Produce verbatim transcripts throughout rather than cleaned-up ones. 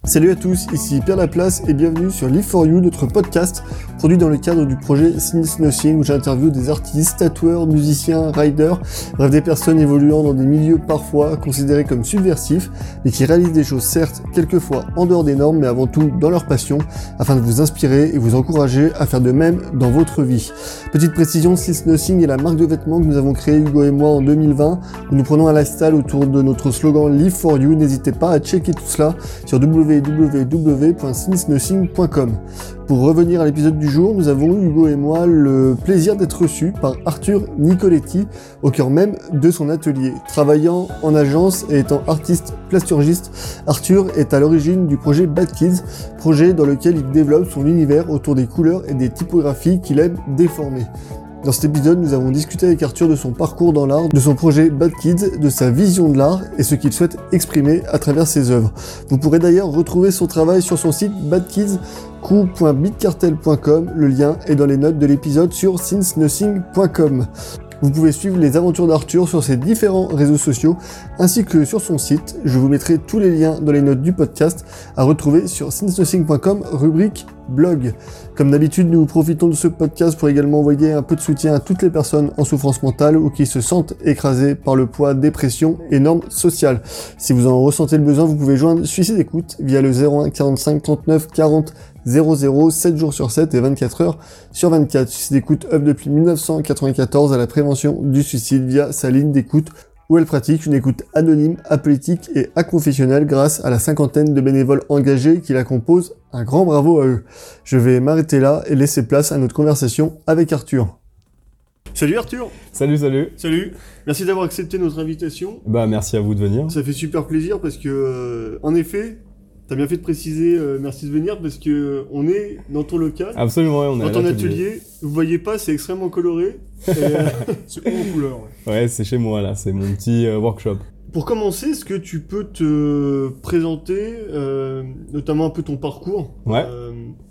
Salut à tous, ici Pierre Laplace et bienvenue sur Live for You, notre podcast produit dans le cadre du projet Since Nothing où j'interviewe des artistes, tatoueurs, musiciens, riders, bref des personnes évoluant dans des milieux parfois considérés comme subversifs mais qui réalisent des choses certes quelquefois en dehors des normes mais avant tout dans leur passion afin de vous inspirer et vous encourager à faire de même dans votre vie. Petite précision, Since Nothing est la marque de vêtements que nous avons créée Hugo et moi en deux mille vingt où nous prenons un lifestyle autour de notre slogan Live for You. N'hésitez pas à checker tout cela sur w w w point since nothing point com. Pour revenir à l'épisode du jour, nous avons eu, Hugo et moi, le plaisir d'être reçus par Arthur Nicoletti au cœur même de son atelier. Travaillant en agence et étant artiste plasturgiste, Arthur est à l'origine du projet Bad Kids, projet dans lequel il développe son univers autour des couleurs et des typographies qu'il aime déformer. Dans cet épisode, nous avons discuté avec Arthur de son parcours dans l'art, de son projet Bad Kids, de sa vision de l'art et ce qu'il souhaite exprimer à travers ses œuvres. Vous pourrez d'ailleurs retrouver son travail sur son site bad kids crew point beatcartel point com, le lien est dans les notes de l'épisode sur since nothing point com. Vous pouvez suivre les aventures d'Arthur sur ses différents réseaux sociaux ainsi que sur son site. Je vous mettrai tous les liens dans les notes du podcast à retrouver sur since nothing point com, rubrique blog. Comme d'habitude, nous profitons de ce podcast pour également envoyer un peu de soutien à toutes les personnes en souffrance mentale ou qui se sentent écrasées par le poids des pressions et normes sociales. Si vous en ressentez le besoin, vous pouvez joindre Suicide Écoute via le zéro un quarante-cinq trente-neuf quarante zéro zéro, sept jours sur sept et vingt-quatre heures sur vingt-quatre. Suicide Écoute œuvre depuis mille neuf cent quatre-vingt-quatorze à la prévention du suicide via sa ligne d'écoute où elle pratique une écoute anonyme, apolitique et aconfessionnelle grâce à la cinquantaine de bénévoles engagés qui la composent. Un grand bravo à eux. Je vais m'arrêter là et laisser place à notre conversation avec Arthur. Salut Arthur. Salut, salut. Salut. Merci d'avoir accepté notre invitation. Bah merci à vous de venir. Ça fait super plaisir parce que, euh, en effet, t'as bien fait de préciser euh, merci de venir parce que euh, on est dans ton local. Absolument, ouais, on est dans à ton l'atelier. atelier. Vous voyez pas, c'est extrêmement coloré. Et, euh, c'est haut en couleur. Ouais, ouais c'est chez moi là, c'est mon petit euh, workshop. Pour commencer, est-ce que tu peux te présenter, euh, notamment un peu ton parcours? Ouais. Euh...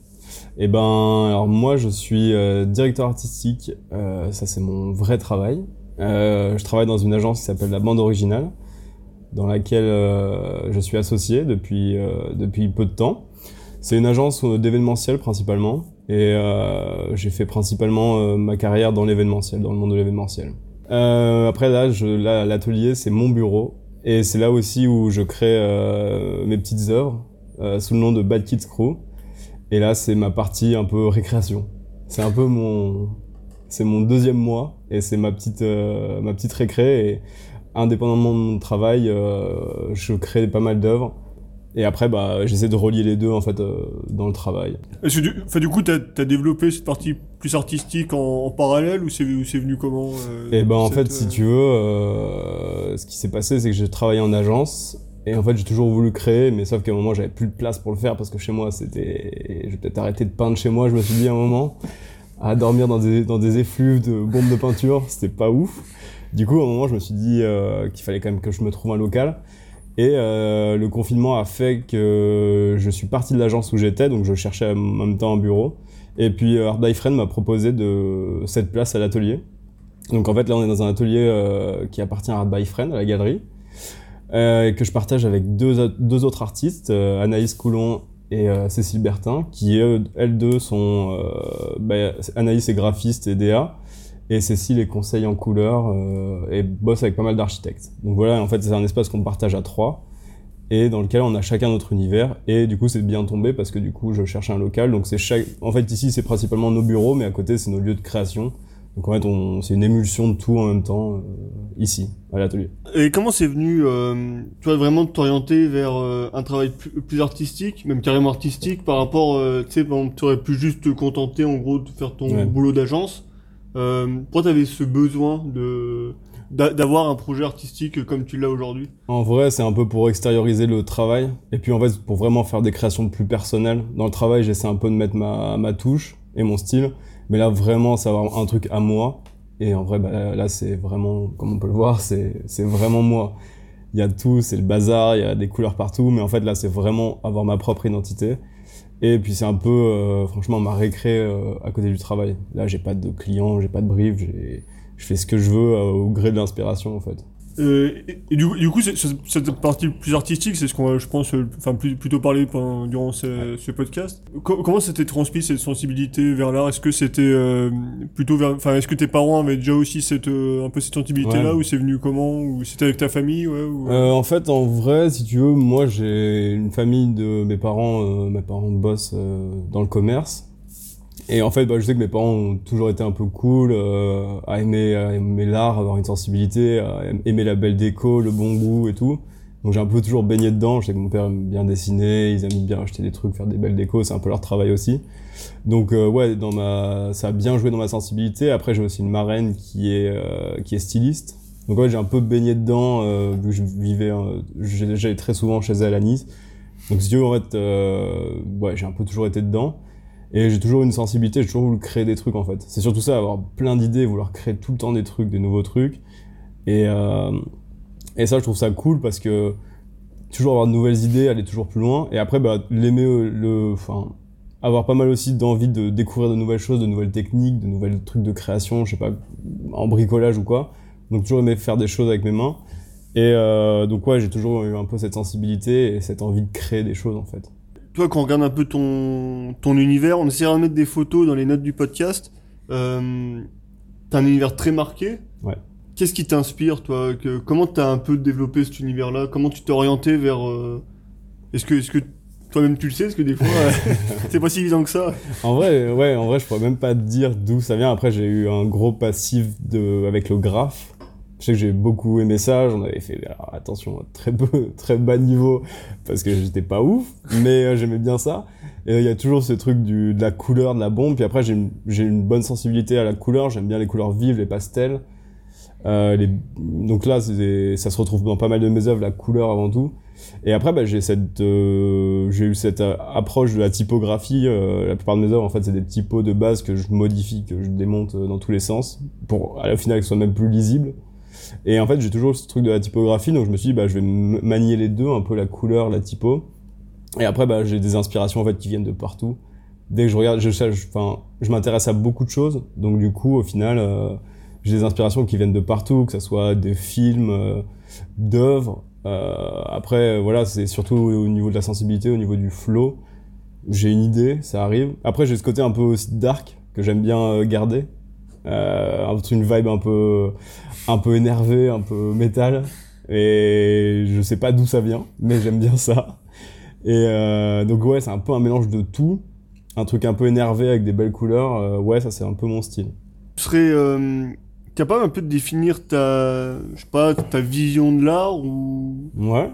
Et ben, alors moi je suis euh, directeur artistique, euh, ça c'est mon vrai travail. Euh, je travaille dans une agence qui s'appelle La Bande Originale, dans laquelle euh, je suis associé depuis euh, depuis peu de temps. C'est une agence d'événementiel principalement, et euh, j'ai fait principalement euh, ma carrière dans l'événementiel, dans le monde de l'événementiel. Euh, après là, je, là, l'atelier c'est mon bureau, et c'est là aussi où je crée euh, mes petites œuvres euh, sous le nom de Bad Kids Crew. Et là, c'est ma partie un peu récréation. C'est un peu mon, c'est mon deuxième mois, et c'est ma petite euh, ma petite récré. Et indépendamment de mon travail, euh, je crée pas mal d'œuvres. Et après, bah, j'essaie de relier les deux, en fait, euh, dans le travail. Est-ce que du, enfin, du coup, t'as, t'as développé cette partie plus artistique en, en parallèle, ou c'est, ou c'est venu comment euh, Et ben, en cette, fait, si euh... tu veux, euh, ce qui s'est passé, c'est que j'ai travaillé en agence. Et en fait, j'ai toujours voulu créer, mais sauf qu'à un moment, j'avais plus de place pour le faire, parce que chez moi, c'était... Je vais peut-être arrêter de peindre chez moi, je me suis dit à un moment, à dormir dans des, dans des effluves de bombes de peinture, c'était pas ouf. Du coup, à un moment, je me suis dit euh, qu'il fallait quand même que je me trouve un local. Et euh, le confinement a fait que je suis parti de l'agence où j'étais, donc je cherchais en même temps un bureau. Et puis Art by Friend m'a proposé de cette place à l'atelier. Donc en fait, là, on est dans un atelier euh, qui appartient à Art by Friend, à la galerie, euh, que je partage avec deux, deux autres artistes, euh, Anaïs Coulon et euh, Cécile Bertin, qui eux, elles deux sont... Euh, bah, Anaïs est graphiste et D A, et Cécile est conseille en couleur euh, et bosse avec pas mal d'architectes. Donc voilà, en fait, c'est un espace qu'on partage à trois, et dans lequel on a chacun notre univers, et du coup, c'est bien tombé, parce que du coup, je cherche un local, donc c'est chaque... En fait, ici, c'est principalement nos bureaux, mais à côté, c'est nos lieux de création. Donc en fait, on... c'est une émulsion de tout en même temps, euh, ici, à l'atelier. Et comment c'est venu, euh, tu vois, vraiment de t'orienter vers euh, un travail plus, plus artistique, même carrément artistique, par rapport, euh, tu sais, par exemple, tu aurais pu juste te contenter, en gros, de faire ton ouais. boulot d'agence. Euh, pourquoi t'avais ce besoin de d'avoir un projet artistique comme tu l'as aujourd'hui? En vrai, c'est un peu pour extérioriser le travail, et puis en fait, pour vraiment faire des créations plus personnelles. Dans le travail, j'essaie un peu de mettre ma, ma touche et mon style, mais là, vraiment, ça va avoir un truc à moi. Et en vrai, bah, là, c'est vraiment, comme on peut le voir, c'est, c'est vraiment moi. Il y a tout, c'est le bazar, il y a des couleurs partout, mais en fait, là, c'est vraiment avoir ma propre identité. Et puis, c'est un peu, euh, franchement, ma récré euh, à côté du travail. Là, j'ai pas de clients, j'ai pas de brief, j'ai, je fais ce que je veux euh, au gré de l'inspiration, en fait. Euh, et, et du, du coup, c'est, c'est, cette partie plus artistique, c'est ce qu'on va, je pense, euh, enfin, plus, plutôt parler pendant, durant ce, Ouais. ce podcast. Co- comment c'était transmis cette sensibilité vers l'art? Est-ce que c'était euh, plutôt vers, enfin, est-ce que tes parents avaient déjà aussi cette, euh, un peu cette sensibilité-là, Ouais. ou c'est venu comment, ou c'était avec ta famille, ouais, ou, euh, Euh, en fait, en vrai, si tu veux, moi j'ai une famille de mes parents, euh, mes parents bossent euh, dans le commerce. Et en fait, bah, je sais que mes parents ont toujours été un peu cool, euh, à aimer, à aimer l'art, avoir une sensibilité, à aimer la belle déco, le bon goût et tout. Donc j'ai un peu toujours baigné dedans. Je sais que mon père aime bien dessiner, ils aiment bien acheter des trucs, faire des belles décos, c'est un peu leur travail aussi. Donc euh, ouais, dans ma, ça a bien joué dans ma sensibilité. Après, j'ai aussi une marraine qui est euh, qui est styliste. Donc ouais, j'ai un peu baigné dedans, euh, vu que je vivais, euh, j'ai- j'allais très souvent chez elle à Nice. Donc si tu veux, en fait, euh, ouais, j'ai un peu toujours été dedans. Et j'ai toujours une sensibilité, j'ai toujours voulu créer des trucs en fait. C'est surtout ça, avoir plein d'idées, vouloir créer tout le temps des trucs, des nouveaux trucs. Et, euh, et ça, je trouve ça cool parce que toujours avoir de nouvelles idées, aller toujours plus loin. Et après, bah, l'aimer, euh, le, enfin, avoir pas mal aussi d'envie de découvrir de nouvelles choses, de nouvelles techniques, de nouvelles trucs de création, je sais pas, en bricolage ou quoi. Donc toujours aimer faire des choses avec mes mains. Et euh, donc ouais, j'ai toujours eu un peu cette sensibilité et cette envie de créer des choses en fait. toi, quand on regarde un peu ton, ton univers, on essaiera de mettre des photos dans les notes du podcast. Euh, t'as un univers très marqué. Ouais. Qu'est-ce qui t'inspire, toi? Que, comment t'as un peu développé cet univers-là? Comment tu t'es orienté vers... euh, Est-ce que, est-ce que toi-même tu le sais? Parce que des fois, euh, c'est pas si évident que ça. En vrai, ouais, en vrai, je pourrais même pas te dire d'où ça vient. Après, j'ai eu un gros passif de, avec le graphe. Je sais que j'ai beaucoup aimé ça. J'en avais fait, alors, attention, très peu, très bas niveau, parce que j'étais pas ouf, mais euh, j'aimais bien ça. Et il y a toujours ce truc du, de la couleur, de la bombe. Puis après, j'ai une, j'ai une bonne sensibilité à la couleur. J'aime bien les couleurs vives, les pastels. Euh, les... Donc là, c'est, ça se retrouve dans pas mal de mes œuvres, la couleur avant tout. Et après, bah, j'ai cette, euh, j'ai eu cette euh, approche de la typographie. Euh, la plupart de mes œuvres, en fait, c'est des typos de base que je modifie, que je démonte euh, dans tous les sens, pour, à la finale, qu'elles soient même plus lisibles. Et en fait, j'ai toujours ce truc de la typographie, donc je me suis dit, bah, je vais m- manier les deux, un peu la couleur, la typo. Et après, bah, j'ai des inspirations, en fait, qui viennent de partout. Dès que je regarde, je, je, enfin, je m'intéresse à beaucoup de choses, donc du coup, au final, euh, j'ai des inspirations qui viennent de partout, que ça soit des films, euh, d'œuvres. Euh, après, voilà, c'est surtout au niveau de la sensibilité, au niveau du flow. J'ai une idée, ça arrive. Après, j'ai ce côté un peu aussi dark que j'aime bien euh, garder. Euh, un truc, une vibe un peu, un peu énervée, un peu métal. Et je sais pas d'où ça vient, mais j'aime bien ça. Et euh, donc ouais, c'est un peu un mélange de tout. Un truc un peu énervé avec des belles couleurs. Euh, ouais, ça c'est un peu mon style. Tu serais euh, capable un peu de définir ta, je sais pas, ta vision de l'art ou... Ouais.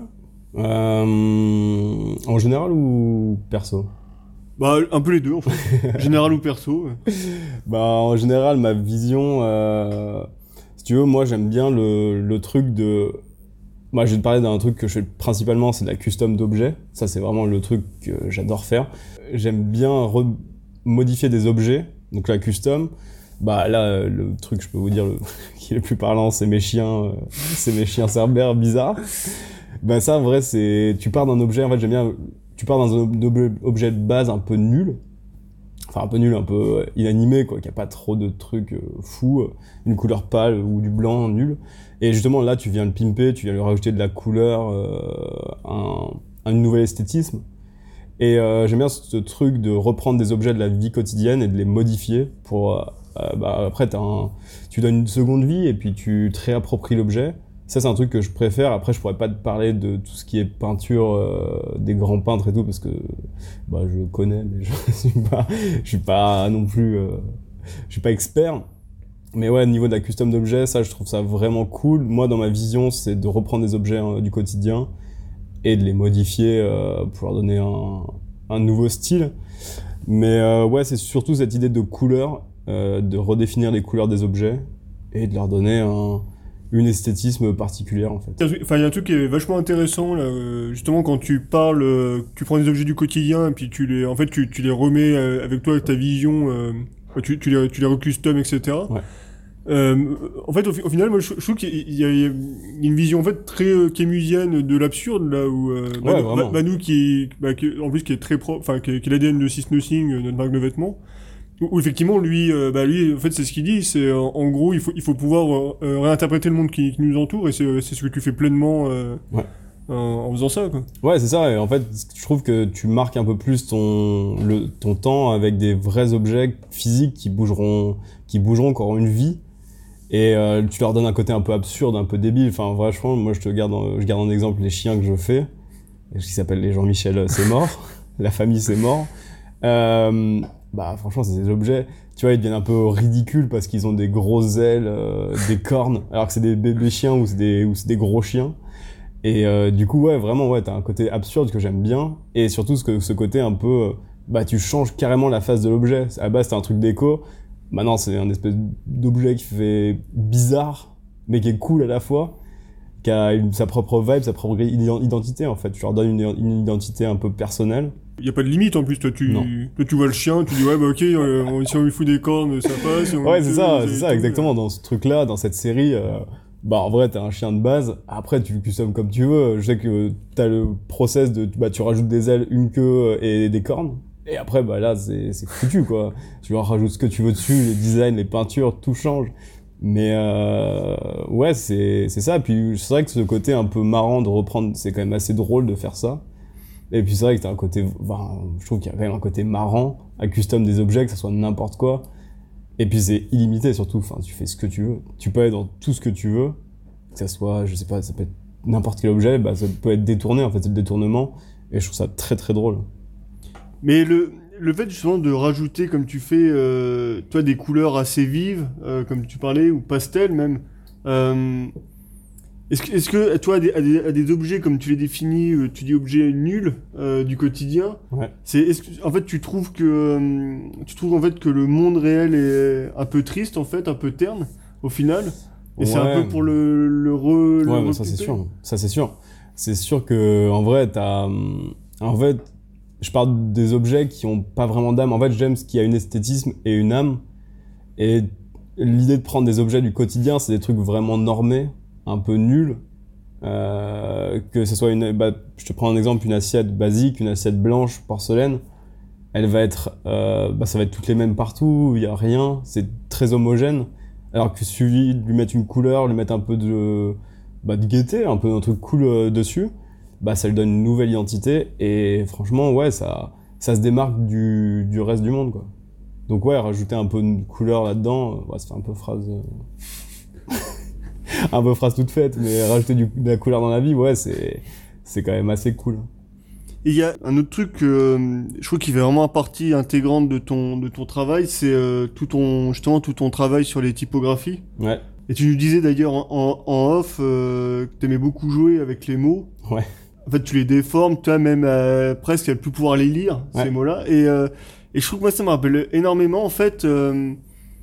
Euh, en général ou perso? Bah, un peu les deux, en fait. Général ou perso. Ouais. Bah, en général, ma vision, euh, si tu veux, moi, j'aime bien le, le truc de... Moi, je vais te parler d'un truc que je fais principalement, c'est de la custom d'objets. Ça, c'est vraiment le truc que j'adore faire. J'aime bien re- modifier des objets, donc la custom. Bah, là, le truc, je peux vous dire, le, qui est le plus parlant, c'est mes chiens, euh, c'est mes chiens cerbères bizarres. Bah, ça, en vrai, c'est... Tu pars d'un objet, en fait, j'aime bien... Tu pars dans un ob- objet de base un peu nul, enfin un peu nul, un peu inanimé, quoi, qui a pas trop de trucs euh, fous, euh, une couleur pâle ou du blanc nul. Et justement là, tu viens le pimper, tu viens lui rajouter de la couleur, euh, un, un nouvel esthétisme. Et euh, j'aime bien ce truc de reprendre des objets de la vie quotidienne et de les modifier pour, euh, bah, après t'as un, tu donnes une seconde vie et puis tu te réappropries l'objet. Ça, c'est un truc que je préfère. Après, je pourrais pas te parler de tout ce qui est peinture, euh, des grands peintres et tout, parce que bah, je connais, mais je suis pas, je suis pas non plus, euh, je suis pas expert. Mais ouais, au niveau de la custom d'objets, ça, je trouve ça vraiment cool. Moi, dans ma vision, c'est de reprendre des objets euh, du quotidien et de les modifier euh, pour leur donner un, un nouveau style. Mais euh, ouais, c'est surtout cette idée de couleur, euh, de redéfinir les couleurs des objets et de leur donner un une esthétisme particulière en fait. Enfin, il y a un truc qui est vachement intéressant là, euh, justement quand tu parles, euh, tu prends des objets du quotidien et puis tu les, en fait, tu, tu les remets euh, avec toi, avec ta vision, euh, tu, tu les, tu les recustom, et cetera. Ouais. Euh, en fait, au, au final, moi, je, je trouve qu'il y a, il y a une vision en fait très euh, kémusienne de l'absurde là où euh, Ouais, Manu, vraiment. Manu qui, bah, qui, en plus, qui est très propre, enfin, qui, qui est l'A D N de Six Nothing, euh, notre marque de vêtements. Où effectivement, lui, euh, bah lui, en fait, c'est ce qu'il dit. C'est en, en gros, il faut, il faut pouvoir euh, réinterpréter le monde qui, qui nous entoure, et c'est, c'est ce que tu fais pleinement euh, Ouais. en, en faisant ça, quoi. Ouais, c'est ça. Et en fait, je trouve que tu marques un peu plus ton le ton temps avec des vrais objets physiques qui bougeront, qui bougeront, qui auront une vie. Et euh, tu leur donnes un côté un peu absurde, un peu débile. Enfin, franchement, moi, je te garde, en, je garde en exemple les chiens que je fais, qui s'appellent les Jean-Michel, c'est mort. La famille, c'est mort. Euh, bah, franchement, c'est des objets. Tu vois, ils deviennent un peu ridicules parce qu'ils ont des grosses ailes, euh, des cornes, alors que c'est des bébés chiens ou c'est des, ou c'est des gros chiens. Et euh, du coup, ouais, vraiment, ouais, t'as un côté absurde que j'aime bien. Et surtout, ce, que, ce côté un peu, euh, bah, tu changes carrément la face de l'objet. À la base, c'était un truc déco. Maintenant, c'est un espèce d'objet qui fait bizarre, mais qui est cool à la fois, qui a une, sa propre vibe, sa propre identité, en fait. Tu leur donnes une, une identité un peu personnelle. Il y a pas de limite en plus, toi tu, toi, tu vois le chien, tu dis ouais bah ok, euh, si on lui fout des cornes, ça passe. Ouais, c'est ça, c'est ça, exactement. Dans ce truc-là, dans cette série, euh, bah en vrai t'as un chien de base. Après tu le customes comme tu veux. Je sais que t'as le process de, bah tu rajoutes des ailes, une queue et des cornes. Et après bah là c'est, c'est foutu quoi. Tu leur rajoutes ce que tu veux dessus, les designs, les peintures, tout change. Mais euh, ouais c'est c'est ça. Puis c'est vrai que ce côté un peu marrant de reprendre, c'est quand même assez drôle de faire ça. Et puis c'est vrai que t'as un côté, enfin, je trouve qu'il y a quand même un côté marrant à custom des objets, que ça soit n'importe quoi. Et puis c'est illimité surtout, enfin tu fais ce que tu veux. Tu peux aller dans tout ce que tu veux, que ça soit, je sais pas, ça peut être n'importe quel objet, bah ça peut être détourné en fait, c'est le détournement. Et je trouve ça très très drôle. Mais le, le fait justement de rajouter, comme tu fais, euh, toi des couleurs assez vives, euh, comme tu parlais, ou pastel même, euh, Est-ce que, est-ce que toi, à des, à, des, à des objets comme tu les définis, euh, tu dis objets nuls euh, du quotidien, ouais. c'est, est-ce que, en fait, tu trouves que euh, tu trouves en fait que le monde réel est un peu triste en fait, un peu terne au final, et ouais. C'est un peu pour le le re. Ouais, le mais ça c'est sûr, ça c'est sûr, c'est sûr que en vrai t'as, en fait, je parle des objets qui ont pas vraiment d'âme. En fait, j'aime ce qui a une esthétisme et une âme, et l'idée de prendre des objets du quotidien, c'est des trucs vraiment normés, un peu nul, euh, que ce soit une, bah, je te prends un exemple, une assiette basique, une assiette blanche porcelaine, elle va être, euh, bah, ça va être toutes les mêmes partout, il y a rien, c'est très homogène, alors que celui de lui mettre une couleur, lui mettre un peu de, bah, de gaieté, un peu un truc cool euh, dessus, bah, ça lui donne une nouvelle identité, et franchement, ouais, ça, ça se démarque du, du reste du monde, quoi. Donc ouais, rajouter un peu de couleur là-dedans, ouais, ça fait un peu phrase... Euh... un peu phrase toute faite, mais rajouter du, de la couleur dans la vie, ouais, c'est, c'est quand même assez cool. Et il y a un autre truc, euh, je trouve qui fait vraiment partie intégrante de ton, de ton travail, c'est euh, tout ton, justement, tout ton travail sur les typographies. Ouais. Et tu nous disais d'ailleurs en, en, en off euh, que t'aimais beaucoup jouer avec les mots. Ouais. En fait, tu les déformes, toi même euh, presque à plus pouvoir les lire, ouais. Ces mots-là. Et, euh, et je trouve que moi, ça me rappelle énormément, en fait... Euh,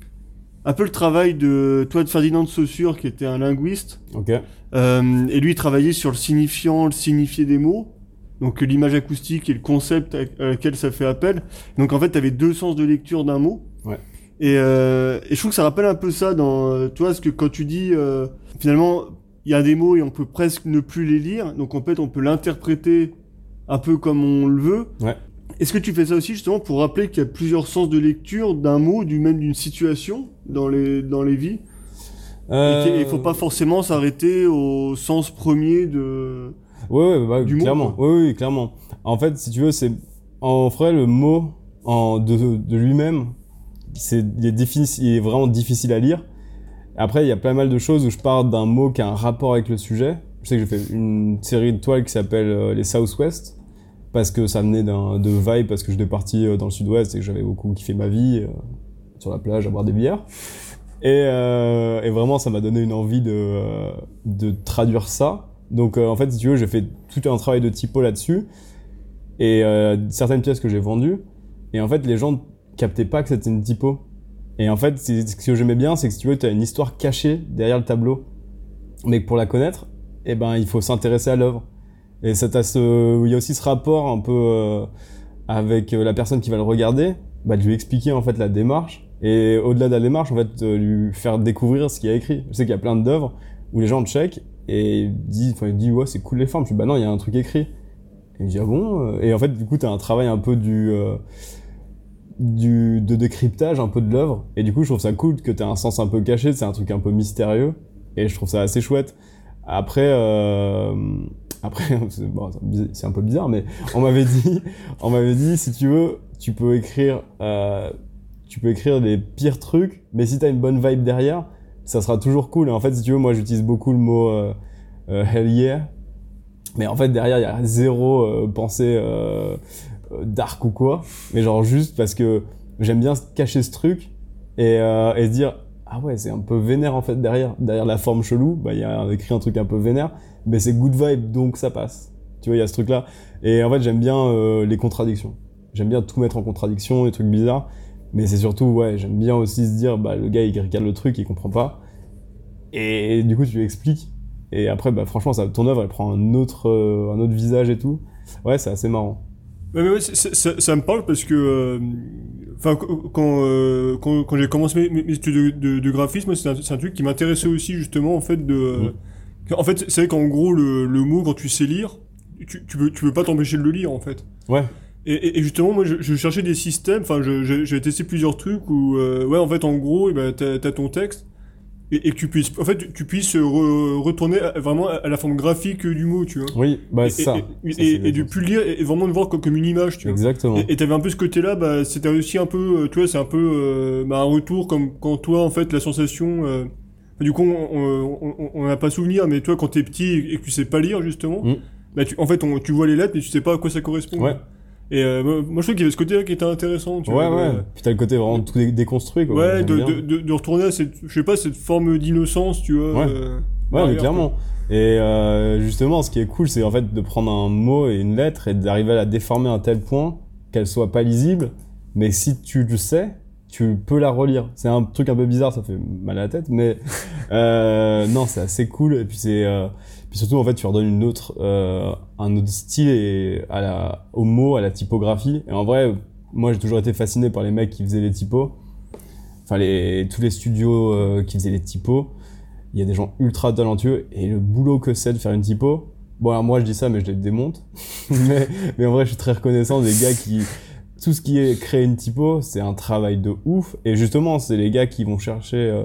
un peu le travail de toi de Ferdinand de Saussure qui était un linguiste. Ok. Euh, et lui il travaillait sur le signifiant, le signifié des mots. Donc l'image acoustique et le concept à, à laquelle ça fait appel. Donc en fait tu avais deux sens de lecture d'un mot. Ouais. Et, euh, et je trouve que ça rappelle un peu ça dans toi parce que quand tu dis euh, finalement il y a des mots et on peut presque ne plus les lire. Donc en fait on peut l'interpréter un peu comme on le veut. Ouais. Est-ce que tu fais ça aussi justement pour rappeler qu'il y a plusieurs sens de lecture d'un mot, du même d'une situation dans les dans les vies, euh... et qu'il faut pas forcément s'arrêter au sens premier de. Ouais, ouais, bah, du clairement. Mot, quoi. Oui, oui, clairement. En fait, si tu veux, c'est en vrai le mot en de de lui-même, c'est il est difficile, il est vraiment difficile à lire. Après, il y a pas mal de choses où je parle d'un mot qui a un rapport avec le sujet. Je sais que j'ai fait une série de toiles qui s'appelle euh, les Southwest. Parce que ça venait d'un, de vibe, parce que j'étais parti dans le sud-ouest et que j'avais beaucoup kiffé ma vie, euh, sur la plage à boire des bières. Et, euh, et vraiment, ça m'a donné une envie de, euh, de traduire ça. Donc, euh, en fait, si tu veux, j'ai fait tout un travail de typo là-dessus. Et euh, certaines pièces que j'ai vendues. Et en fait, les gens captaient pas que c'était une typo. Et en fait, c'est, ce que j'aimais bien, c'est que si tu veux, tu as une histoire cachée derrière le tableau. Mais que pour la connaître, eh ben, il faut s'intéresser à l'œuvre. Et ça t'as ce, il y a aussi ce rapport un peu euh, avec la personne qui va le regarder, bah de lui expliquer en fait la démarche et au-delà de la démarche en fait euh, lui faire découvrir ce qu'il y a écrit. Je sais qu'il y a plein d'œuvres où les gens checkent et disent, enfin ils disent ouais c'est cool les formes. Je dis bah non il y a un truc écrit. Et je dis ah bon. Et en fait du coup t'as un travail un peu du, euh, du, de décryptage un peu de l'œuvre. Et du coup, je trouve ça cool que t'aies un sens un peu caché, c'est un truc un peu mystérieux. Et je trouve ça assez chouette. Après, euh, après, c'est, bon, c'est un peu bizarre, mais on m'avait dit, on m'avait dit, si tu veux, tu peux écrire, euh, tu peux écrire les pires trucs, mais si t'as une bonne vibe derrière, ça sera toujours cool. Et en fait, si tu veux, moi, j'utilise beaucoup le mot euh, euh, hell yeah, mais en fait, derrière, il y a zéro euh, pensée euh, dark ou quoi, mais genre juste parce que j'aime bien cacher ce truc et, euh, et se dire, ah ouais, c'est un peu vénère en fait derrière, derrière la forme chelou, bah il y a écrit un truc un peu vénère, mais c'est good vibe donc ça passe. Tu vois, il y a ce truc là. Et en fait, j'aime bien euh, les contradictions. J'aime bien tout mettre en contradiction, les trucs bizarres, mais c'est surtout ouais, j'aime bien aussi se dire bah le gars il regarde le truc, il comprend pas. Et, et du coup, tu lui expliques et après bah franchement, ça ton œuvre elle prend un autre euh, un autre visage et tout. Ouais, c'est assez marrant. Ouais, mais ouais, c'est- c'est- ça, ça me parle parce que, enfin, quand, euh, quand, quand j'ai commencé mes, mes études de, de, de graphisme, c'est un, c'est un truc qui m'intéressait aussi justement en fait de, Mm. que- en fait, c'est vrai qu'en gros le, le mot quand tu sais lire, tu, tu peux, tu peux pas t'empêcher de le lire en fait. Ouais. Et, et, et justement, moi, je, je cherchais des systèmes. Enfin, je- je- j'ai testé plusieurs trucs où, euh, ouais, en fait, en gros, eh ben, t'as, t'as ton texte et, et que tu puisses, en fait, tu, tu puisses re- retourner à- vraiment à la forme graphique du mot, tu vois. Oui, bah Et, c'est ça. et, Ça, et, c'est et, et exactement de plus le lire et, et vraiment de voir comme, comme une image, tu ça. vois. Exactement. Et et t'avais un peu ce côté-là, bah, c'était aussi un peu, euh, tu vois, c'est un peu euh, bah, un retour comme quand toi, en fait, la sensation. Euh, du coup, on on- on- on n'a pas souvenir, mais toi, quand t'es petit et que tu sais pas lire justement, Mm. bah, tu, en fait, on, tu vois les lettres, mais tu sais pas à quoi ça correspond. Ouais. Et euh, moi, moi, je trouve qu'il y avait ce côté-là qui était intéressant, tu Ouais, vois. ouais. de- Puis t'as le côté vraiment tout dé- déconstruit, quoi. Ouais, J'aime de, bien. de, de, de retourner à cette, je sais pas, cette forme d'innocence, tu vois. Ouais. euh, Ouais, mais derrière, clairement. Et euh, justement, ce qui est cool, c'est en fait de prendre un mot et une lettre et d'arriver à la déformer à un tel point qu'elle soit pas lisible. Mais si tu le sais, tu peux la relire. C'est un truc un peu bizarre, ça fait mal à la tête, mais euh, non, c'est assez cool. Et puis c'est, euh, puis surtout en fait, tu redonnes une autre, euh, un autre style et à la, au mot, à la typographie. Et en vrai, moi, j'ai toujours été fasciné par les mecs qui faisaient les typos. Enfin, les, tous les studios euh, qui faisaient les typos. Il y a des gens ultra talentueux et le boulot que c'est de faire une typo. Bon, alors moi je dis ça, mais je les démonte. mais, mais en vrai, je suis très reconnaissant des gars qui, tout ce qui est créer une typo, c'est un travail de ouf. Et justement, c'est les gars qui vont chercher euh,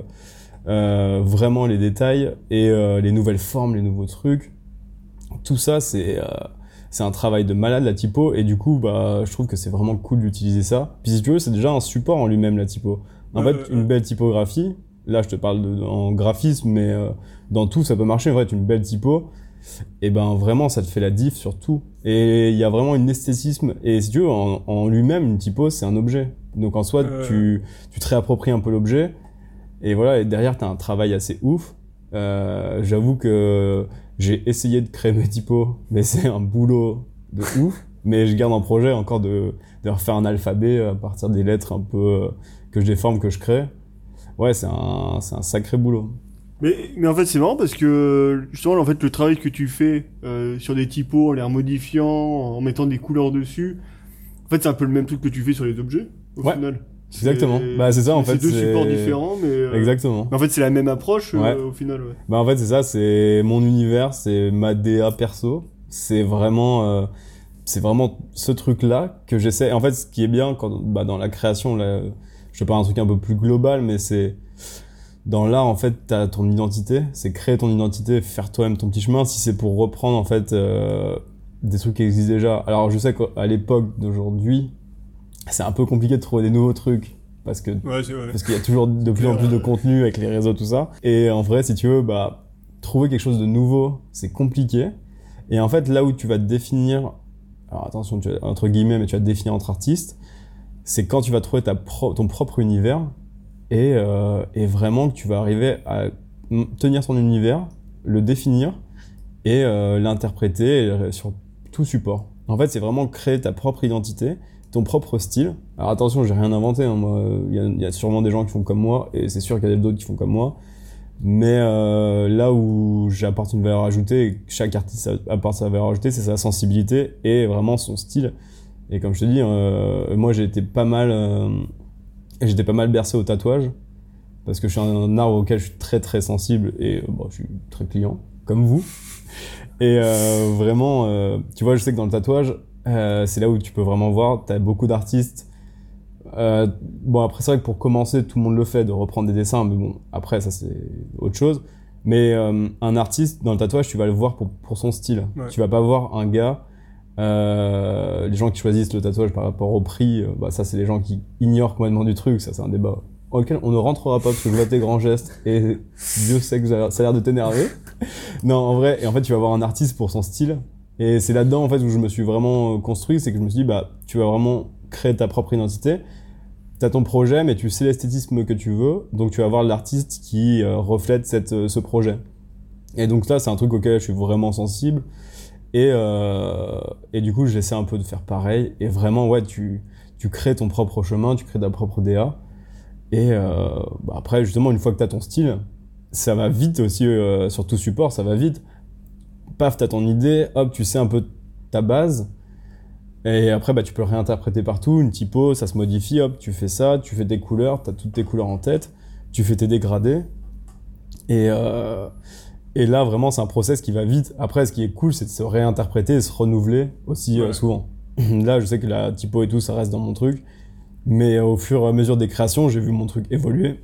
euh, vraiment les détails et euh, les nouvelles formes, les nouveaux trucs. Tout ça, c'est euh, c'est un travail de malade la typo. Et du coup, bah, je trouve que c'est vraiment cool d'utiliser ça. Puis si tu veux, c'est déjà un support en lui-même la typo. En Ouais, fait, ouais, une belle typographie. Là, je te parle de, en graphisme, mais euh, dans tout, ça peut marcher. En vrai, une belle typo, et ben vraiment, ça te fait la diff sur tout. Et il y a vraiment une esthétisme. Et si tu veux, en, en lui-même, une typo, c'est un objet. Donc en soi, Euh. tu, tu te réappropries un peu l'objet. Et voilà, et derrière, t'as un travail assez ouf. Euh, j'avoue que j'ai essayé de créer mes typos, mais c'est un boulot de ouf. Mais je garde un projet encore de, de refaire un alphabet à partir des lettres un peu euh, que je déforme, que je crée. Ouais, c'est un, c'est un sacré boulot. Mais, mais en fait, c'est marrant parce que justement, en fait, le travail que tu fais euh, sur des typos, en les remodifiant, en mettant des couleurs dessus, en fait, c'est un peu le même truc que tu fais sur les objets, au Ouais, final. exactement. C'est- Bah, c'est ça, en fait, C'est deux c'est- supports différents, mais. euh, Exactement. mais en fait, c'est la même approche euh, Ouais. au final, ouais. Bah, en fait, c'est ça, c'est mon univers, c'est ma D A perso. C'est vraiment, euh, c'est vraiment ce truc-là que j'essaie. En fait, ce qui est bien quand, bah, dans la création, là, je te parle un truc un peu plus global, mais c'est, dans l'art, en fait, t'as ton identité, c'est créer ton identité, faire toi-même ton petit chemin. Si c'est pour reprendre, en fait, euh, des trucs qui existent déjà. Alors, je sais qu'à l'époque d'aujourd'hui, c'est un peu compliqué de trouver des nouveaux trucs. Parce que, Ouais, c'est vrai. parce qu'il y a toujours de plus en plus de contenu avec les réseaux, tout ça. Et en vrai, si tu veux, bah, trouver quelque chose de nouveau, c'est compliqué. Et en fait, là où tu vas te définir, alors attention, tu vas, entre guillemets, mais tu vas te définir entre artistes, c'est quand tu vas trouver ta pro- ton propre univers et, euh, et vraiment que tu vas arriver à m- tenir ton univers, le définir et euh, l'interpréter euh, sur tout support. En fait, c'est vraiment créer ta propre identité, ton propre style. Alors attention, j'ai rien inventé, hein, moi, il y a, il y a sûrement des gens qui font comme moi et c'est sûr qu'il y a d'autres qui font comme moi. Mais euh, là où j'apporte une valeur ajoutée, et que chaque artiste apporte sa valeur ajoutée, c'est sa sensibilité et vraiment son style. Et comme je te dis, euh, moi j'ai été pas mal, euh, j'étais pas mal bercé au tatouage parce que je suis un art auquel je suis très très sensible et euh, bon, je suis très client, comme vous. Et euh, vraiment, euh, tu vois, je sais que dans le tatouage, euh, c'est là où tu peux vraiment voir, t'as beaucoup d'artistes. Euh, bon, après, c'est vrai que pour commencer, tout le monde le fait, de reprendre des dessins, mais bon, après, ça, c'est autre chose. Mais euh, un artiste, dans le tatouage, tu vas le voir pour, pour son style. Ouais. Tu vas pas voir un gars... Euh, les gens qui choisissent le tatouage par rapport au prix, euh, bah, ça, c'est les gens qui ignorent complètement du truc. Ça, c'est un débat auquel on ne rentrera pas, parce que je vois tes grands gestes, et Dieu sait que ça a l'air de t'énerver. Non, en vrai, et en fait, tu vas voir un artiste pour son style. Et c'est là-dedans, en fait, où je me suis vraiment construit, c'est que je me suis dit, bah, tu vas vraiment créer ta propre identité. T'as ton projet, mais tu sais l'esthétisme que tu veux, donc tu vas voir l'artiste qui euh, reflète cette, euh, ce projet. Et donc là, c'est un truc auquel je suis vraiment sensible. Et, euh, et du coup, j'essaie un peu de faire pareil. Et vraiment, ouais, tu, tu crées ton propre chemin, tu crées ta propre D A. Et euh, bah après, justement, une fois que t'as ton style, ça va vite aussi, euh, sur tout support, ça va vite. Paf, t'as ton idée, hop, tu sais un peu ta base. Et après, bah, tu peux le réinterpréter partout, une typo, ça se modifie, hop, tu fais ça, tu fais tes couleurs, t'as toutes tes couleurs en tête, tu fais tes dégradés. Et, euh, et là, vraiment, c'est un process qui va vite. Après, ce qui est cool, c'est de se réinterpréter et se renouveler aussi ouais. euh, souvent. Là, je sais que la typo et tout, ça reste dans mon truc. Mais au fur et à mesure des créations, j'ai vu mon truc évoluer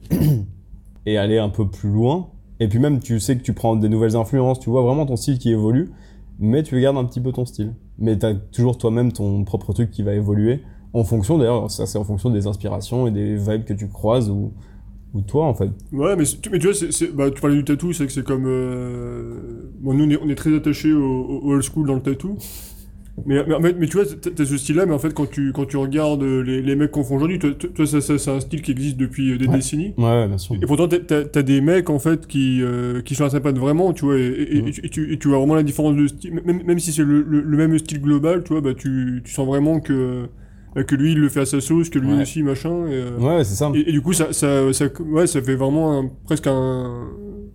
et aller un peu plus loin. Et puis même, tu sais que tu prends des nouvelles influences, tu vois vraiment ton style qui évolue, mais tu gardes un petit peu ton style. Mais t'as toujours toi-même ton propre truc qui va évoluer en fonction, d'ailleurs, ça c'est en fonction des inspirations et des vibes que tu croises ou, ou toi en fait. Ouais, mais, mais tu vois, c'est, c'est, bah, tu parlais du tatou, c'est que c'est comme... Euh... Bon, nous on est, on est très attachés au, au old school dans le tatou. Mais, mais, mais tu vois, t'as ce style-là, mais en fait, quand tu, quand tu regardes les, les mecs qu'on fait aujourd'hui, toi, toi ça, ça, c'est un style qui existe depuis des ouais. décennies. Ouais, bien sûr. Et pourtant, t'as, t'as, t'as des mecs, en fait, qui, euh, qui s'interprètent vraiment, tu vois, et, et, mmh. et, tu, et, tu, et tu vois vraiment la différence de style. Même, même si c'est le, le, le même style global, tu vois, bah, tu, tu sens vraiment que, que lui, il le fait à sa sauce, que lui ouais. aussi, machin. Et, euh, ouais, c'est ça. Et, et du coup, ça, ça, ça, ouais, ça fait vraiment un, presque un...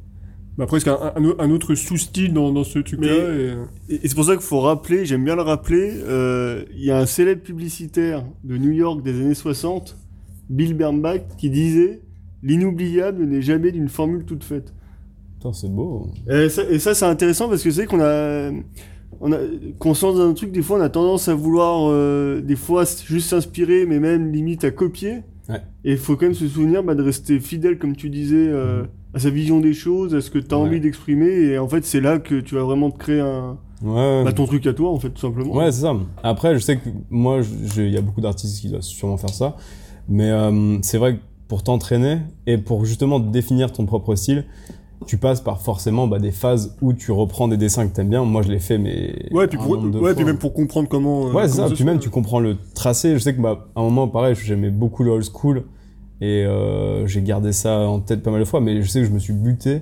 Bah presque un, un, un autre sous-style dans, dans ce truc-là. Et... et c'est pour ça qu'il faut rappeler, j'aime bien le rappeler, euh, il y a un célèbre publicitaire de New York des années soixante, Bill Bernbach, qui disait « L'inoubliable n'est jamais d'une formule toute faite ». Putain, c'est beau. Et ça, et ça c'est intéressant parce que c'est qu'on a... On a conscience d'un truc, des fois on a tendance à vouloir, euh, des fois juste s'inspirer, mais même limite à copier. Ouais. Et il faut quand même se souvenir bah, de rester fidèle, comme tu disais, euh, mmh. à sa vision des choses, à ce que tu as ouais. envie d'exprimer. Et en fait, c'est là que tu vas vraiment te créer un... ouais. bah, ton truc à toi, en fait, tout simplement. Ouais, c'est ça. Après, je sais que moi, il y a beaucoup d'artistes qui doivent sûrement faire ça. Mais euh, c'est vrai que pour t'entraîner et pour justement définir ton propre style, tu passes par forcément bah, des phases où tu reprends des dessins que t'aimes bien. Moi, je l'ai fait, mais ouais, puis, pour, ouais, puis même pour comprendre comment. Ouais, euh, c'est comment ça. Puis même, tu comprends le tracé. Je sais que bah, à un moment, pareil, j'aimais beaucoup le old school et euh, j'ai gardé ça en tête pas mal de fois. Mais je sais que je me suis buté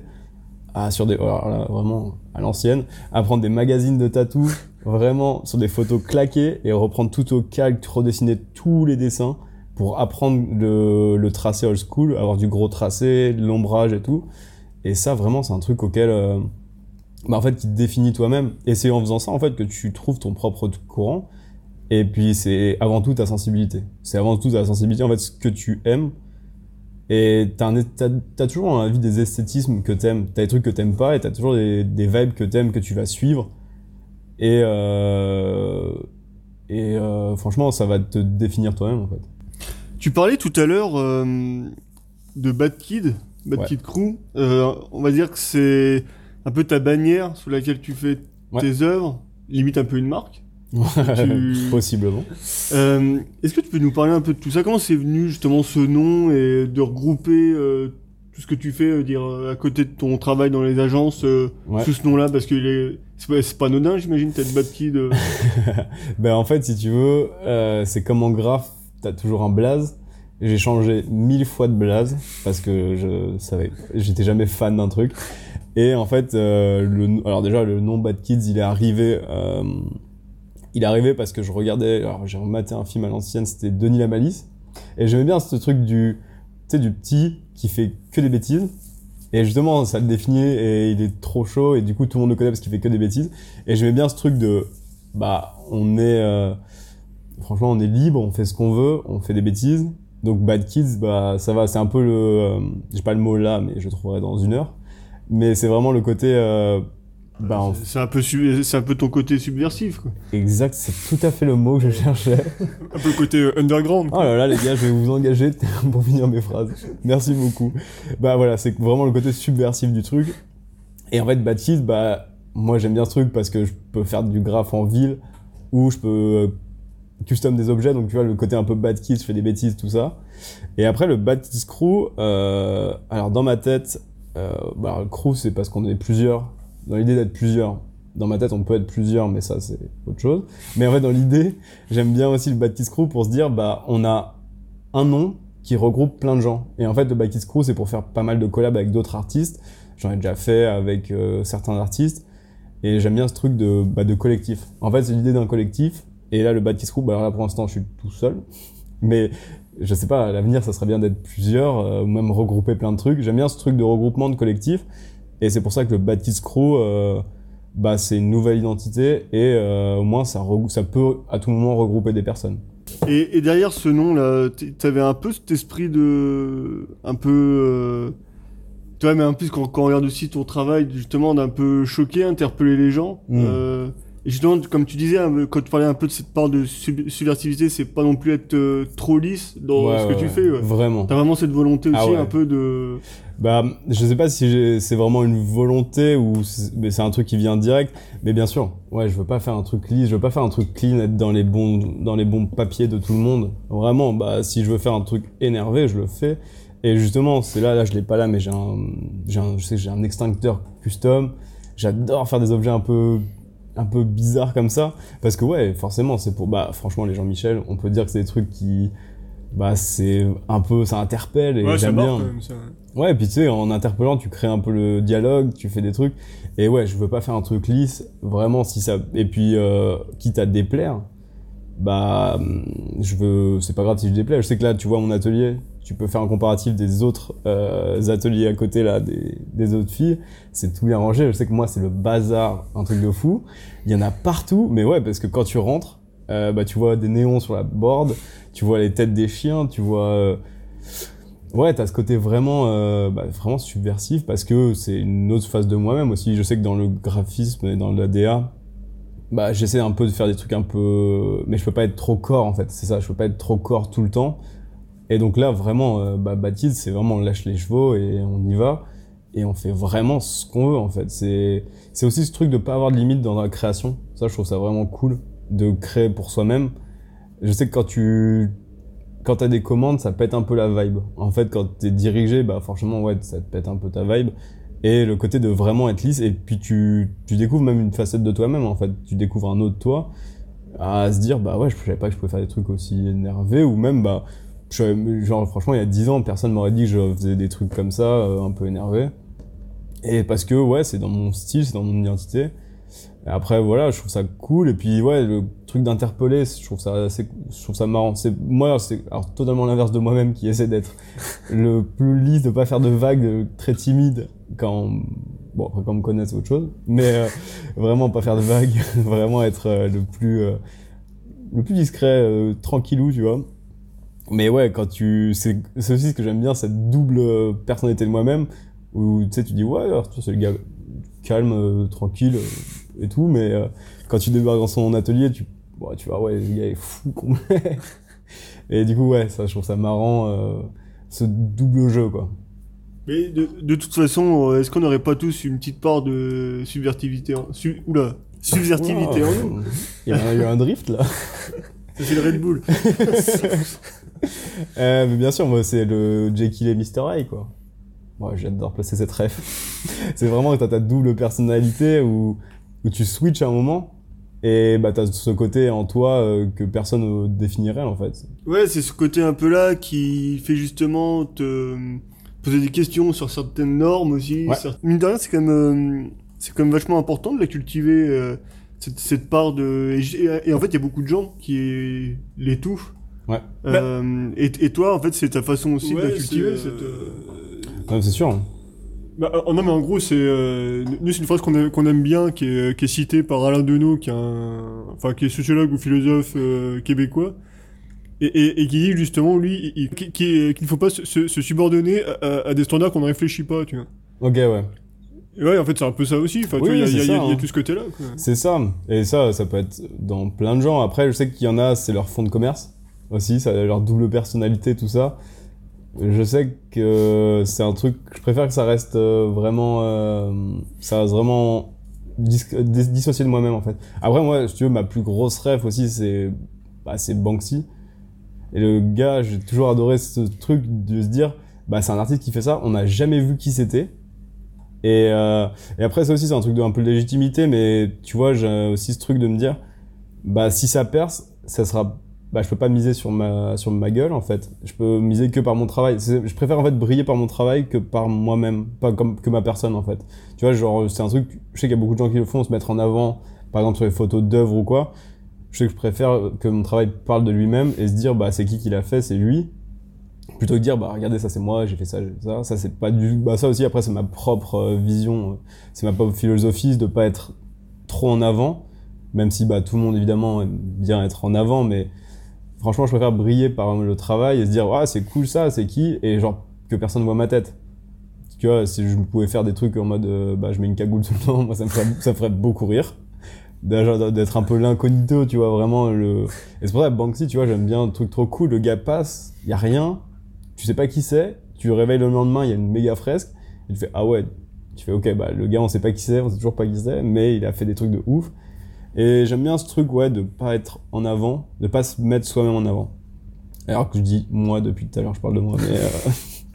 à sur des, alors là, vraiment à l'ancienne, à prendre des magazines de tatou, vraiment sur des photos claquées et reprendre tout au calque, redessiner tous les dessins pour apprendre le, le tracé old school, avoir du gros tracé, de l'ombrage et tout. Et ça, vraiment, c'est un truc auquel, euh, bah, en fait, qui te définit toi-même. Et c'est en faisant ça, en fait, que tu trouves ton propre courant. Et puis, c'est avant tout ta sensibilité. C'est avant tout ta sensibilité, en fait, ce que tu aimes. Et t'as, un, t'as, t'as toujours dans la vie des esthétismes que t'aimes. T'as des trucs que t'aimes pas et t'as toujours des, des vibes que t'aimes, que tu vas suivre. Et, euh, et euh, franchement, ça va te définir toi-même, en fait. Tu parlais tout à l'heure euh, de Bad Kid. Bad ouais. Kid Crew, euh, on va dire que c'est un peu ta bannière sous laquelle tu fais ouais. tes œuvres, limite un peu une marque. tu... Possiblement. Euh, est-ce que tu peux nous parler un peu de tout ça ? Comment c'est venu justement ce nom et de regrouper euh, tout ce que tu fais, euh, dire à côté de ton travail dans les agences, euh, ouais. sous ce nom-là, parce que est... c'est, pas, c'est pas anodin, j'imagine, t'être Bad Kid. Euh... ben en fait, si tu veux, euh, c'est comme en graphe, t'as toujours un blaze. J'ai changé mille fois de blaze parce que je savais, j'étais jamais fan d'un truc. Et en fait, euh, le, alors déjà le nom Bad Kids, il est arrivé, euh, il est arrivé parce que je regardais, alors j'ai rematé un film à l'ancienne, c'était Denis la Malice, et j'aimais bien ce truc du, tu sais, du petit qui fait que des bêtises. Et justement, ça le définit et il est trop chaud et du coup tout le monde le connaît parce qu'il fait que des bêtises. Et j'aimais bien ce truc de, bah, on est, euh, franchement, on est libre, on fait ce qu'on veut, on fait des bêtises. Donc Bad Kids, bah ça va, c'est un peu le, euh, j'ai pas le mot là, mais je le trouverai dans une heure. Mais c'est vraiment le côté, euh, Bah, en... c'est, un peu su- c'est un peu ton côté subversif, quoi. Exact, c'est tout à fait le mot que je cherchais. Un peu le côté euh, underground, quoi. Oh là là, les gars, je vais vous engager pour finir mes phrases. Merci beaucoup. Bah voilà, c'est vraiment le côté subversif du truc. Et en fait, Baptiste, bah, moi j'aime bien ce truc parce que je peux faire du graphe en ville ou je peux custom des objets, donc tu vois, le côté un peu bad kids, je fais des bêtises, tout ça. Et après, le Baptiste Crew, euh, alors dans ma tête, euh, bah, le crew, c'est parce qu'on est plusieurs. Dans l'idée d'être plusieurs. Dans ma tête, on peut être plusieurs, mais ça, c'est autre chose. Mais en fait, dans l'idée, j'aime bien aussi le Baptiste Crew pour se dire, bah, on a un nom qui regroupe plein de gens. Et en fait, le Baptiste Crew, c'est pour faire pas mal de collabs avec d'autres artistes. J'en ai déjà fait avec euh, certains artistes. Et j'aime bien ce truc de, bah, de collectif. En fait, c'est l'idée d'un collectif. Et là, le Baptiste Crew, bah, alors là, pour l'instant, je suis tout seul. Mais je sais pas, à l'avenir, ça serait bien d'être plusieurs, euh, ou même regrouper plein de trucs. J'aime bien ce truc de regroupement de collectif. Et c'est pour ça que le Baptiste Crew, euh, bah, c'est une nouvelle identité. Et euh, au moins, ça, regroupe, ça peut à tout moment regrouper des personnes. Et, et derrière ce nom-là, t'avais un peu cet esprit de... Un peu... Euh... Tu vois, mais en plus, quand, quand on regarde aussi ton travail, justement, d'un peu choquer, interpeller les gens. Mmh. Euh, et justement, comme tu disais, quand tu parlais un peu de cette part de sub- subversivité, c'est pas non plus être euh, trop lisse dans ouais, ce ouais, que tu ouais. fais. Ouais. Vraiment. T'as vraiment cette volonté aussi, ah ouais. un peu de... Bah, je sais pas si j'ai, c'est vraiment une volonté ou c'est, mais c'est un truc qui vient direct. Mais bien sûr, ouais, je veux pas faire un truc lisse, je veux pas faire un truc clean, être dans les bons, dans les bons papiers de tout le monde. Vraiment, bah, si je veux faire un truc énervé, je le fais. Et justement, c'est là, là, je l'ai pas là, mais j'ai un, j'ai un, je sais que j'ai un extincteur custom. J'adore faire des objets un peu, un peu bizarres comme ça. Parce que ouais, forcément, c'est pour, bah, franchement, les Jean-Michel, on peut dire que c'est des trucs qui, bah, c'est un peu, ça interpelle et ouais, j'aime ça bien. Quand même, ça. Ouais, et puis tu sais, en interpellant, tu crées un peu le dialogue, tu fais des trucs. Et ouais, je veux pas faire un truc lisse, vraiment, si ça, et puis, euh, quitte à déplaire, bah, je veux, c'est pas grave si je déplais. Je sais que là, tu vois mon atelier, tu peux faire un comparatif des autres euh, ateliers à côté là, des, des autres filles. C'est tout bien rangé. Je sais que moi, c'est le bazar, un truc de fou. Il y en a partout, mais ouais, parce que quand tu rentres, euh, bah, tu vois des néons sur la board, tu vois les têtes des chiens, tu vois, euh... ouais, t'as ce côté vraiment, euh, bah, vraiment subversif parce que c'est une autre phase de moi-même aussi. Je sais que dans le graphisme et dans l'A D A, bah, j'essaie un peu de faire des trucs un peu, mais je peux pas être trop corps en fait. C'est ça, je peux pas être trop corps tout le temps. Et donc là, vraiment, euh, bah, Baptiste, c'est vraiment on lâche les chevaux et on y va. Et on fait vraiment ce qu'on veut, en fait. C'est, c'est aussi ce truc de pas avoir de limite dans la création. Ça, je trouve ça vraiment cool, de créer pour soi-même. Je sais que quand tu, quand t'as des commandes, ça pète un peu la vibe. En fait, quand t'es dirigé, bah, franchement, ouais, ça te pète un peu ta vibe. Et le côté de vraiment être lisse. Et puis tu, tu découvres même une facette de toi-même, en fait. Tu découvres un autre toi. À se dire, bah ouais, je savais pas que je pouvais faire des trucs aussi énervés, ou même, bah, je, genre, franchement, il y a dix ans, personne m'aurait dit que je faisais des trucs comme ça, euh, un peu énervés. Et parce que, ouais, c'est dans mon style, c'est dans mon identité. Et après, voilà, je trouve ça cool. Et puis, ouais, le truc d'interpeller, je trouve ça assez, je trouve ça marrant. C'est, moi, c'est, alors, totalement l'inverse de moi-même qui essaie d'être le plus lisse, de pas faire de vagues, très timide quand, bon, après, quand on me connaît, c'est autre chose. Mais, euh, vraiment pas faire de vagues, vraiment être euh, le plus, euh, le plus discret, euh, tranquillou, tu vois. Mais ouais, quand tu, c'est, c'est aussi ce que j'aime bien, cette double personnalité de moi-même, où tu sais, tu dis ouais, alors c'est le gars calme, euh, tranquille euh, et tout, mais euh, quand tu débarques dans son atelier, tu, ouais, tu vois, ouais, le gars est fou complet. Et du coup, ouais, ça, je trouve ça marrant, euh, ce double jeu, quoi. Mais de, de toute façon, est-ce qu'on n'aurait pas tous une petite part de subvertivité en, su, oula, subvertivité wow. en nous? Il y a eu un drift là. Ça, c'est le Red Bull. euh, mais bien sûr, moi, c'est le Jekyll et mister Hyde, quoi. Moi, j'adore placer cette ref. C'est vraiment que t'as ta double personnalité où, où tu switches à un moment et bah t'as ce côté en toi euh, que personne ne définirait, en fait. Ouais, c'est ce côté un peu là qui fait justement te poser des questions sur certaines normes aussi. Ouais. Certes... Mine de rien, c'est quand même, euh, c'est quand même vachement important de la cultiver, euh, cette, cette part de... Et, et en fait, il y a beaucoup de gens qui l'étouffent. Ouais. Euh, et, et toi, en fait, c'est ta façon aussi ouais, de la cultiver. c'est, cette, euh... Ouais, c'est sûr. Bah, euh, non, mais en gros, c'est, euh, nous, c'est une phrase qu'on aime, qu'on aime bien, qui est, qui est citée par Alain Deneau, qui est un, enfin, qui est sociologue ou philosophe euh, québécois, et, et, et qui dit justement, lui, il, qui, qui, qu'il ne faut pas se, se, se subordonner à, à, à des standards qu'on ne réfléchit pas, tu vois. Ok, ouais. Ouais, en fait, c'est un peu ça aussi. Enfin, Oui, tu vois, il y, c'est a- il y ça, a- il y a hein. tout ce côté-là, quoi. C'est ça. Et ça, ça peut être dans plein de genres. Après, je sais qu'il y en a, c'est leur fond de commerce aussi, ça a leur double personnalité, tout ça. Je sais que c'est un truc, je préfère que ça reste euh, vraiment, euh, ça reste vraiment dis- dis- dissocié de moi-même en fait. Après, moi, si tu veux, ma plus grosse rêve aussi, c'est, bah, c'est Banksy. Et le gars, j'ai toujours adoré ce truc de se dire, bah, c'est un artiste qui fait ça, on n'a jamais vu qui c'était. Et, euh, et après, ça aussi, c'est un truc de un peu de légitimité, mais tu vois, j'ai aussi ce truc de me dire, bah, si ça perce, ça sera, bah, je peux pas miser sur ma, sur ma gueule, en fait. Je peux miser que par mon travail. C'est- je préfère, en fait, briller par mon travail que par moi-même, pas comme, que ma personne, en fait. Tu vois, genre, c'est un truc, je sais qu'il y a beaucoup de gens qui le font, se mettre en avant, par exemple, sur les photos d'œuvres ou quoi. Je sais que je préfère que mon travail parle de lui-même et se dire, bah, c'est qui qui l'a fait, c'est lui. Plutôt que de dire, bah, regardez, ça c'est moi, j'ai fait ça, j'ai fait ça. Ça, c'est pas du, bah, ça aussi, après, c'est ma propre euh, vision, euh, c'est ma propre philosophie de pas être trop en avant. Même si, bah, tout le monde, évidemment, aime bien être en avant, mais franchement, je préfère briller par le travail et se dire, ah, c'est cool ça, c'est qui? Et genre, que personne voit ma tête. Tu vois, si je pouvais faire des trucs en mode, euh, bah, je mets une cagoule tout le temps, moi, ça me ferait, ça me ferait beaucoup rire. Déjà, d'être un peu l'incognito, tu vois, vraiment le... Et c'est pour ça que Banksy, tu vois, j'aime bien un truc trop cool, le gars passe, y a rien, tu sais pas qui c'est, tu le réveilles le lendemain, il y a une méga fresque, et tu fais, ah ouais, tu fais, ok, bah, le gars, on sait pas qui c'est, on sait toujours pas qui c'est, mais il a fait des trucs de ouf. Et j'aime bien ce truc, ouais, de pas être en avant, de pas se mettre soi-même en avant. Alors que je dis moi depuis tout à l'heure, je parle de moi, mais... Euh...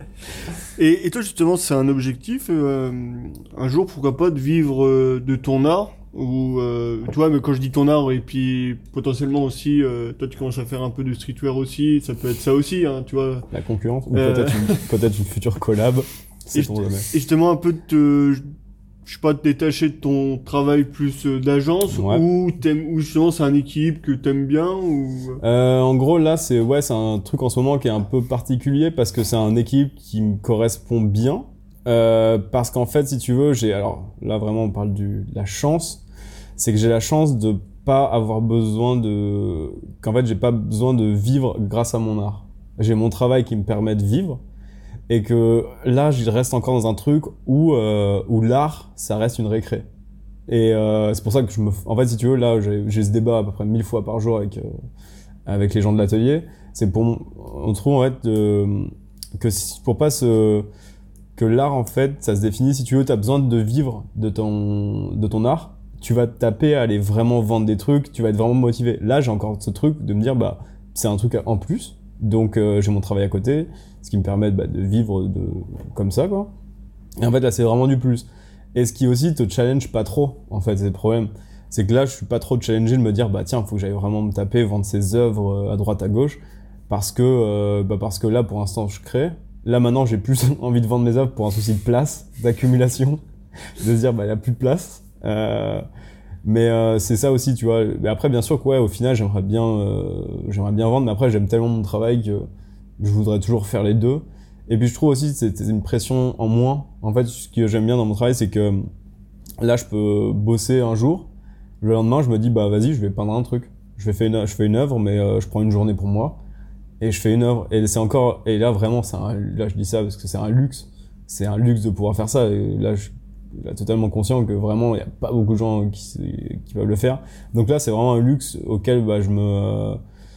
Et, et toi, justement, c'est un objectif, euh, un jour, pourquoi pas, de vivre euh, de ton art ou euh, tu vois, mais quand je dis ton art, et puis potentiellement aussi, euh, toi, tu commences à faire un peu de streetwear aussi, ça peut être ça aussi, hein, tu vois. La concurrence, ou Euh. peut-être une, peut-être une future collab, Et, c'est ju- ton jamais. et justement, un peu de te, je sais pas, te détacher de ton travail plus euh, d'agence, Ouais. ou t'aimes, ou justement, c'est un équilibre que t'aimes bien, ou... Euh, en gros, là, c'est ouais, c'est un truc en ce moment qui est un peu particulier parce que c'est un équilibre qui me correspond bien. Euh, parce qu'en fait, si tu veux, j'ai alors là vraiment on parle du, de la chance, c'est que j'ai la chance de pas avoir besoin de, qu'en fait j'ai pas besoin de vivre grâce à mon art. J'ai mon travail qui me permet de vivre et que là, je reste encore dans un truc où euh, où l'art, ça reste une récré. Et euh, c'est pour ça que je me... En fait, si tu veux, là, j'ai, j'ai ce débat à peu près mille fois par jour avec, euh, avec les gens de l'atelier. C'est pour... mon- On trouve, en fait, euh, que si- pour pas se... Que l'art, en fait, ça se définit, si tu veux, t'as besoin de vivre de ton, de ton art. Tu vas te taper à aller vraiment vendre des trucs, tu vas être vraiment motivé. Là, j'ai encore ce truc de me dire, bah, c'est un truc en plus. Donc, euh, j'ai mon travail à côté, ce qui me permet bah, de vivre de... comme ça, quoi. Et en fait, là, c'est vraiment du plus. Et ce qui aussi te challenge pas trop, en fait, c'est le problème. C'est que là, je suis pas trop challengé de me dire, bah tiens, faut que j'aille vraiment me taper, vendre ces œuvres euh, à droite, à gauche, parce que, euh, bah parce que là, pour l'instant, je crée. Là, maintenant, j'ai plus envie de vendre mes œuvres pour un souci de place, d'accumulation, de se dire, bah, il y a plus de place. Euh, mais euh, c'est ça aussi, tu vois. Mais après, bien sûr que, ouais, au final, j'aimerais bien, euh, j'aimerais bien vendre, mais après, j'aime tellement mon travail que je voudrais toujours faire les deux. Et puis je trouve aussi que c'est c'est une pression en moins. En fait, ce que j'aime bien dans mon travail, c'est que là, je peux bosser un jour. Le lendemain, je me dis, bah vas-y, je vais peindre un truc. Je vais faire une, je fais une œuvre, mais euh, je prends une journée pour moi et je fais une œuvre. Et c'est encore, et là vraiment, c'est un, là je dis ça parce que c'est un luxe. C'est un luxe de pouvoir faire ça. Et là, je suis là, totalement conscient que vraiment, il y a pas beaucoup de gens qui, qui peuvent le faire. Donc là, c'est vraiment un luxe auquel bah je me,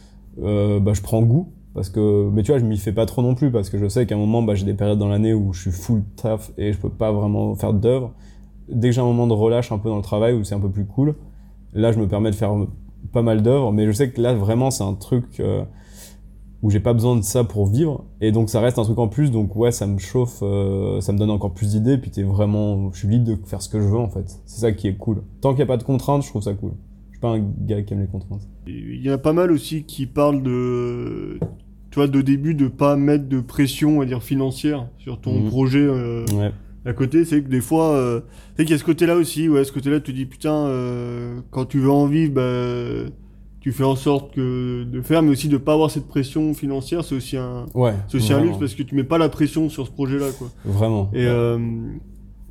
euh, bah je prends goût. Parce que, mais tu vois, je m'y fais pas trop non plus, parce que je sais qu'à un moment, bah, j'ai des périodes dans l'année où je suis full taf et je peux pas vraiment faire d'œuvre. Dès que j'ai un moment de relâche un peu dans le travail, où c'est un peu plus cool, là, je me permets de faire pas mal d'œuvres, mais je sais que là, vraiment, c'est un truc euh, où j'ai pas besoin de ça pour vivre, et donc ça reste un truc en plus, donc ouais, ça me chauffe, euh, ça me donne encore plus d'idées, puis t'es vraiment, je suis libre de faire ce que je veux, en fait. C'est ça qui est cool. Tant qu'il y a pas de contraintes, je trouve ça cool. Je suis pas un gars qui aime les contraintes. Il y en a pas mal aussi qui parlent de, tu vois, de début de pas mettre de pression, on va dire financière, sur ton Mhm. projet euh, Ouais. à côté. C'est que des fois, euh, c'est qu'il y a ce côté-là aussi, ouais, ce côté-là, tu te dis putain, euh, quand tu veux en vivre, bah, tu fais en sorte que de faire, mais aussi de pas avoir cette pression financière, c'est aussi un, Ouais. c'est aussi un vraiment. luxe parce que tu mets pas la pression sur ce projet-là, quoi. Vraiment. Et euh,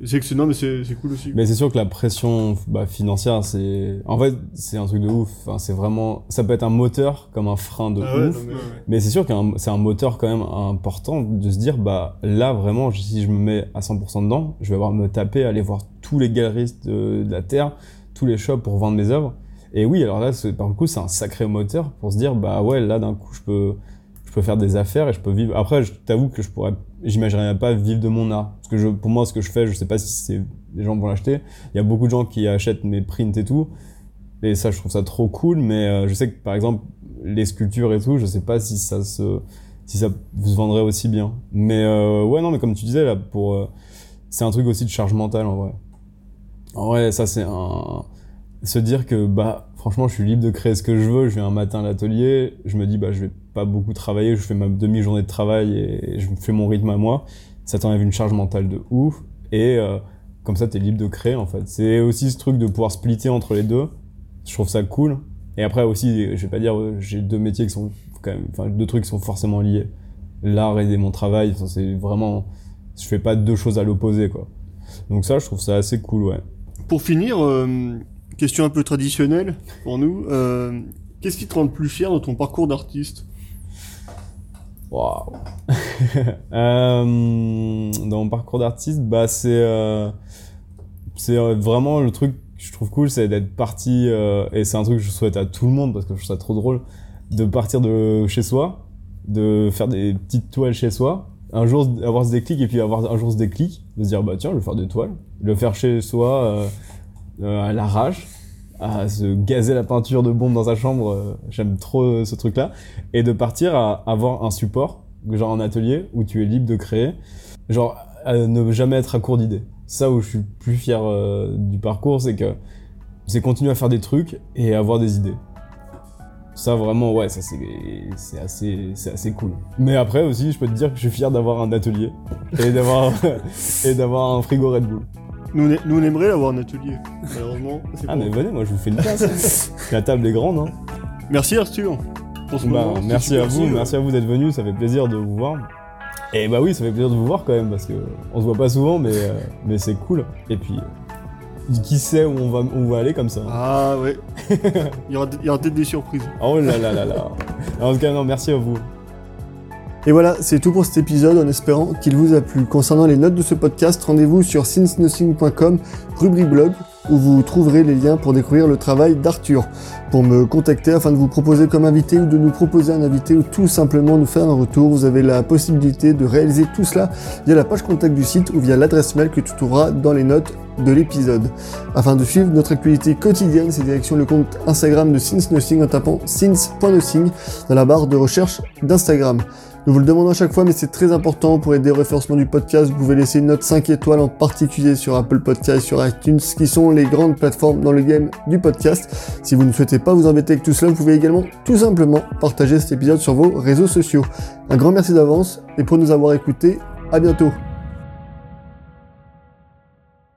C'est que c'est, non, mais c'est, c'est cool aussi. Mais c'est sûr que la pression bah, financière, c'est, en fait, c'est un truc de ouf. Enfin, c'est vraiment, ça peut être un moteur comme un frein de Ah ouais, ouf. non, mais, ouais. Mais c'est sûr que c'est un moteur quand même important de se dire, bah là vraiment, si je me mets à cent pour cent dedans, je vais avoir à me taper, aller voir tous les galeristes de, de la Terre, tous les shops pour vendre mes œuvres. Et oui, alors là, c'est, par le coup, c'est un sacré moteur pour se dire, bah ouais, là d'un coup, je peux, je peux faire des affaires et je peux vivre. Après, je t'avoue que je pourrais, j'imaginerais pas vivre de mon art. Parce que je, pour moi, ce que je fais, je sais pas si c'est, les gens vont l'acheter. Il y a beaucoup de gens qui achètent mes prints et tout. Et ça, je trouve ça trop cool, mais euh, je sais que, par exemple, les sculptures et tout, je sais pas si ça se, si ça se vendrait aussi bien. Mais euh, ouais, non, mais comme tu disais, là, pour, euh, c'est un truc aussi de charge mentale, en vrai. En vrai, ça, c'est un, se dire que, bah, franchement, je suis libre de créer ce que je veux, je viens un matin à l'atelier, je me dis, bah, je vais pas beaucoup travailler, je fais ma demi-journée de travail et je fais mon rythme à moi. Ça t'enlève une charge mentale de ouf, et euh, comme ça, t'es libre de créer, en fait. C'est aussi ce truc de pouvoir splitter entre les deux. Je trouve ça cool. Et après aussi, je vais pas dire, j'ai deux métiers qui sont quand même, enfin deux trucs qui sont forcément liés. L'art et mon travail, c'est vraiment, je fais pas deux choses à l'opposé, quoi. Donc ça, je trouve ça assez cool, ouais. Pour finir, euh, question un peu traditionnelle pour nous, euh, qu'est-ce qui te rend le plus fier dans ton parcours d'artiste? Waouh. euh, dans mon parcours d'artiste, bah c'est, euh, c'est vraiment le truc je trouve cool, c'est d'être parti, euh, et c'est un truc que je souhaite à tout le monde parce que je trouve ça trop drôle, de partir de chez soi, de faire des petites toiles chez soi, un jour avoir ce déclic et puis avoir un jour ce déclic, de se dire bah tiens je vais faire des toiles, le faire chez soi euh, euh, à l'arrache, à se gazer la peinture de bombe dans sa chambre, euh, j'aime trop euh, ce truc là, et de partir à avoir un support, genre un atelier où tu es libre de créer, genre à ne jamais être à court d'idées. Ça où je suis plus fier euh, du parcours, c'est que c'est continuer à faire des trucs et avoir des idées. Ça vraiment, ouais, ça c'est, c'est assez, c'est assez cool. Mais après aussi, je peux te dire que je suis fier d'avoir un atelier et d'avoir, et d'avoir un frigo Red Bull. Nous, on, est, nous, on aimerait avoir un atelier, malheureusement. C'est ah bon. Mais venez, moi je vous fais une place. La table est grande, hein. Merci Arthur pour ce bah, moment. Merci à vous, aussi, merci à vous d'être venus, ça fait plaisir de vous voir. Et bah oui, ça fait plaisir de vous voir quand même, parce que on se voit pas souvent, mais, euh, mais c'est cool. Et puis, euh, qui sait où on va, où on va aller comme ça. Ah ouais. il, y aura, il y aura peut-être des surprises. Oh là là là là. En tout cas, non, merci à vous. Et voilà, c'est tout pour cet épisode en espérant qu'il vous a plu. Concernant les notes de ce podcast, rendez-vous sur since nothing point com, rubrique blog, où vous trouverez les liens pour découvrir le travail d'Arthur. Pour me contacter afin de vous proposer comme invité ou de nous proposer un invité ou tout simplement nous faire un retour, vous avez la possibilité de réaliser tout cela via la page contact du site ou via l'adresse mail que tu trouveras dans les notes de l'épisode. Afin de suivre notre actualité quotidienne, c'est direction le compte Instagram de Since Nothing en tapant since point nothing dans la barre de recherche d'Instagram. Nous vous le demandons à chaque fois, mais c'est très important pour aider au référencement du podcast. Vous pouvez laisser une note cinq étoiles, en particulier sur Apple Podcasts, sur iTunes, qui sont les grandes plateformes dans le game du podcast. Si vous ne souhaitez pas vous embêter avec tout cela, vous pouvez également tout simplement partager cet épisode sur vos réseaux sociaux. Un grand merci d'avance, et pour nous avoir écoutés, à bientôt.